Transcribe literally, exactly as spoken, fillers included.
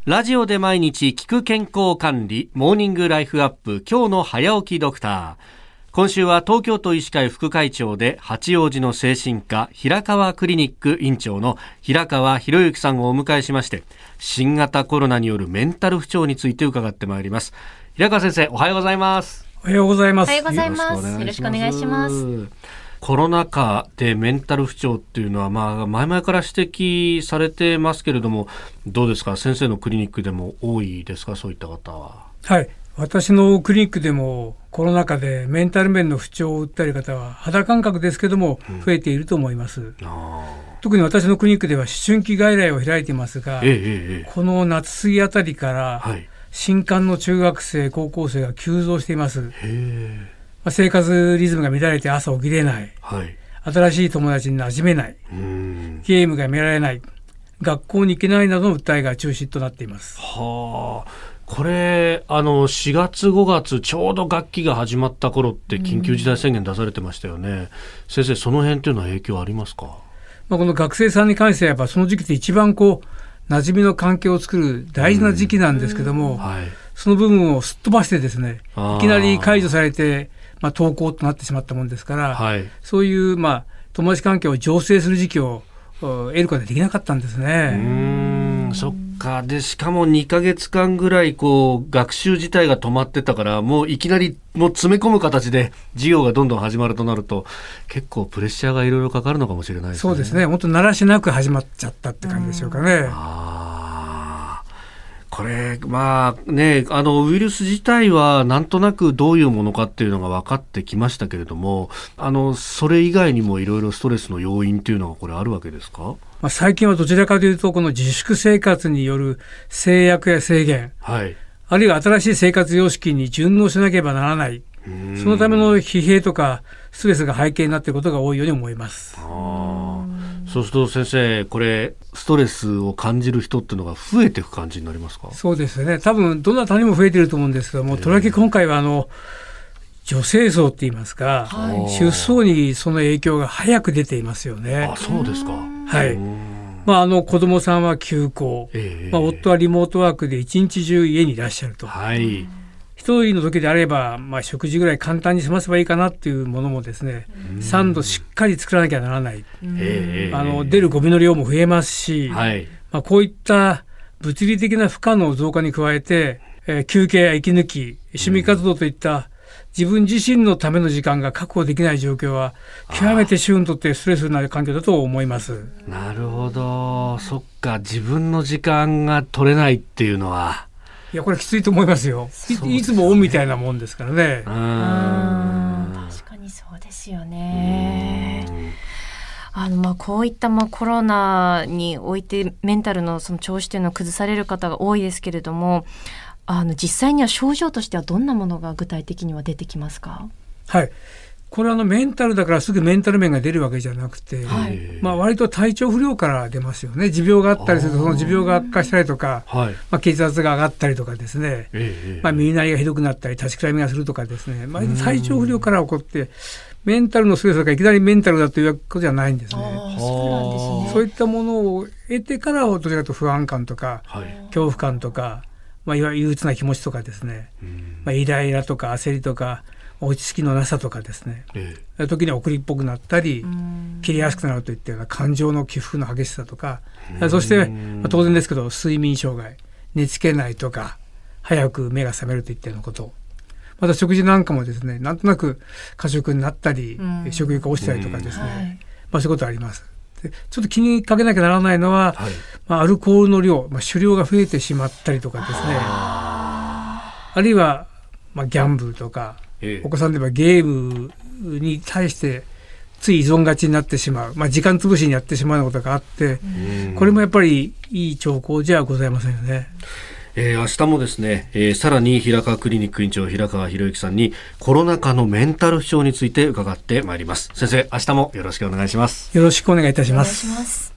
ラジオで毎日聞く健康管理モーニングライフアップ、今日の早起きドクター。今週は東京都医師会副会長で八王子の精神科平川クリニック院長の平川博之さんをお迎えしまして、新型コロナによるメンタル不調について伺ってまいります。平川先生、おはようございます。 おはようございます。 おはようございます。よろしくお願いします。 コロナ禍でメンタル不調っていうのは、まあ、前々から指摘されてますけれども、どうですか、先生のクリニックでも多いですか、そういった方は。 はい、私のクリニックでもコロナ禍でメンタル面の不調を訴える方は肌感覚ですけども増えていると思います、うん、あ特に私のクリニックでは思春期外来を開いていますが、ええええ、この夏過ぎあたりから、はい、新歓の中学生高校生が急増しています。へ生活リズムが乱れて朝起きれない、はい、新しい友達に馴染めない、うんゲームが見られない、学校に行けないなどの訴えが中心となっています。 はあ、これあのしがつごがつちょうど学期が始まった頃って緊急事態宣言出されてましたよね、うん、先生、その辺というのは影響ありますか？ まあ、この学生さんに関してはやっぱその時期って一番こう馴染みの関係を作る大事な時期なんですけども、うんはい、その部分をすっ飛ばしてですね、いきなり解除されてまあ、登校となってしまったものですから、はい、そういう、まあ、友達関係を醸成する時期を得ることができなかったんですね。 うーんそっか。でしかもにかげつかんぐらいこう学習自体が止まってたから、もういきなりもう詰め込む形で授業がどんどん始まるとなると、結構プレッシャーがいろいろかかるのかもしれないですね。 そうですね、本当慣らしなく始まっちゃったって感じでしょうかね。 あこれまあね、あのウイルス自体はなんとなくどういうものかっていうのが分かってきましたけれども、あのそれ以外にもいろいろストレスの要因っていうのがこれあるわけですか？ まあ、最近はどちらかというとこの自粛生活による制約や制限、はい、あるいは新しい生活様式に順応しなければならない、そのための疲弊とかストレスが背景になっていることが多いように思います。 あそうすると先生、これストレスを感じる人っていうのが増えていく感じになりますか？ そうですね、多分どなたにも増えていると思うんですけども、とりわけ今回はあの女性層っていいますか、はい、出産にその影響が早く出ていますよね。 あそうですか。 はい、まあ、あの子供さんは休校、えーまあ、夫はリモートワークで一日中家にいらっしゃると、はい一人の時であれば、まあ、食事ぐらい簡単に済ませばいいかなっていうものもですね、さんどしっかり作らなきゃならない、あの出るゴミの量も増えますし、はいまあ、こういった物理的な負荷の増加に加えて、えー、休憩や息抜き、趣味活動といった自分自身のための時間が確保できない状況は極めて主婦にとってストレスになる環境だと思います。 なるほど、そっか、自分の時間が取れないっていうのは、 いやこれきついと思いますよ。 い, いつもオンみたいなもんですからね。 うん確かにそうですよね。あのまあこういったまあコロナにおいてメンタルのその調子というのを崩される方が多いですけれども、あの実際には症状としてはどんなものが具体的には出てきますか？ はい、これはあのメンタルだからすぐメンタル面が出るわけじゃなくて、はいまあ、割と体調不良から出ますよね。持病があったりするとその持病が悪化したりとか、はいまあ、血圧が上がったりとかですね、えーまあ、耳鳴りがひどくなったり立ちくらみがするとかですね、まあ、体調不良から起こってメンタルのストレスだからいきなりメンタルだということじゃないんですね。 あそうなんですね。 そういったものを得てからどちらかというと不安感とか、はい、恐怖感とか、まあ、いわゆる憂鬱な気持ちとかですね、まあ、イライラとか焦りとか落ち着きのなさとかですね、ええ、時には怒りっぽくなったり切れやすくなるといったような感情の起伏の激しさとか、そして、まあ、当然ですけど睡眠障害、寝つけないとか早く目が覚めるといったようなこと、また食事なんかもですね、なんとなく過食になったり食欲が落ちたりとかですね、はいまあ、そういうことあります。でちょっと気にかけなきゃならないのは、はいまあ、アルコールの量、まあ、酒量が増えてしまったりとかですね、あ, あるいは、まあ、ギャンブルとかええ、お子さんではゲームに対してつい依存がちになってしまう、まあ、時間つぶしにやってしまうようなことがあって、これもやっぱりいい兆候じゃございませんよね。 えー、明日もですね、えー、さらに平川クリニック院長平川博之さんにコロナ禍のメンタル不調について伺ってまいります。先生、明日もよろしくお願いします。 よろしくお願いいたします。 お願いします。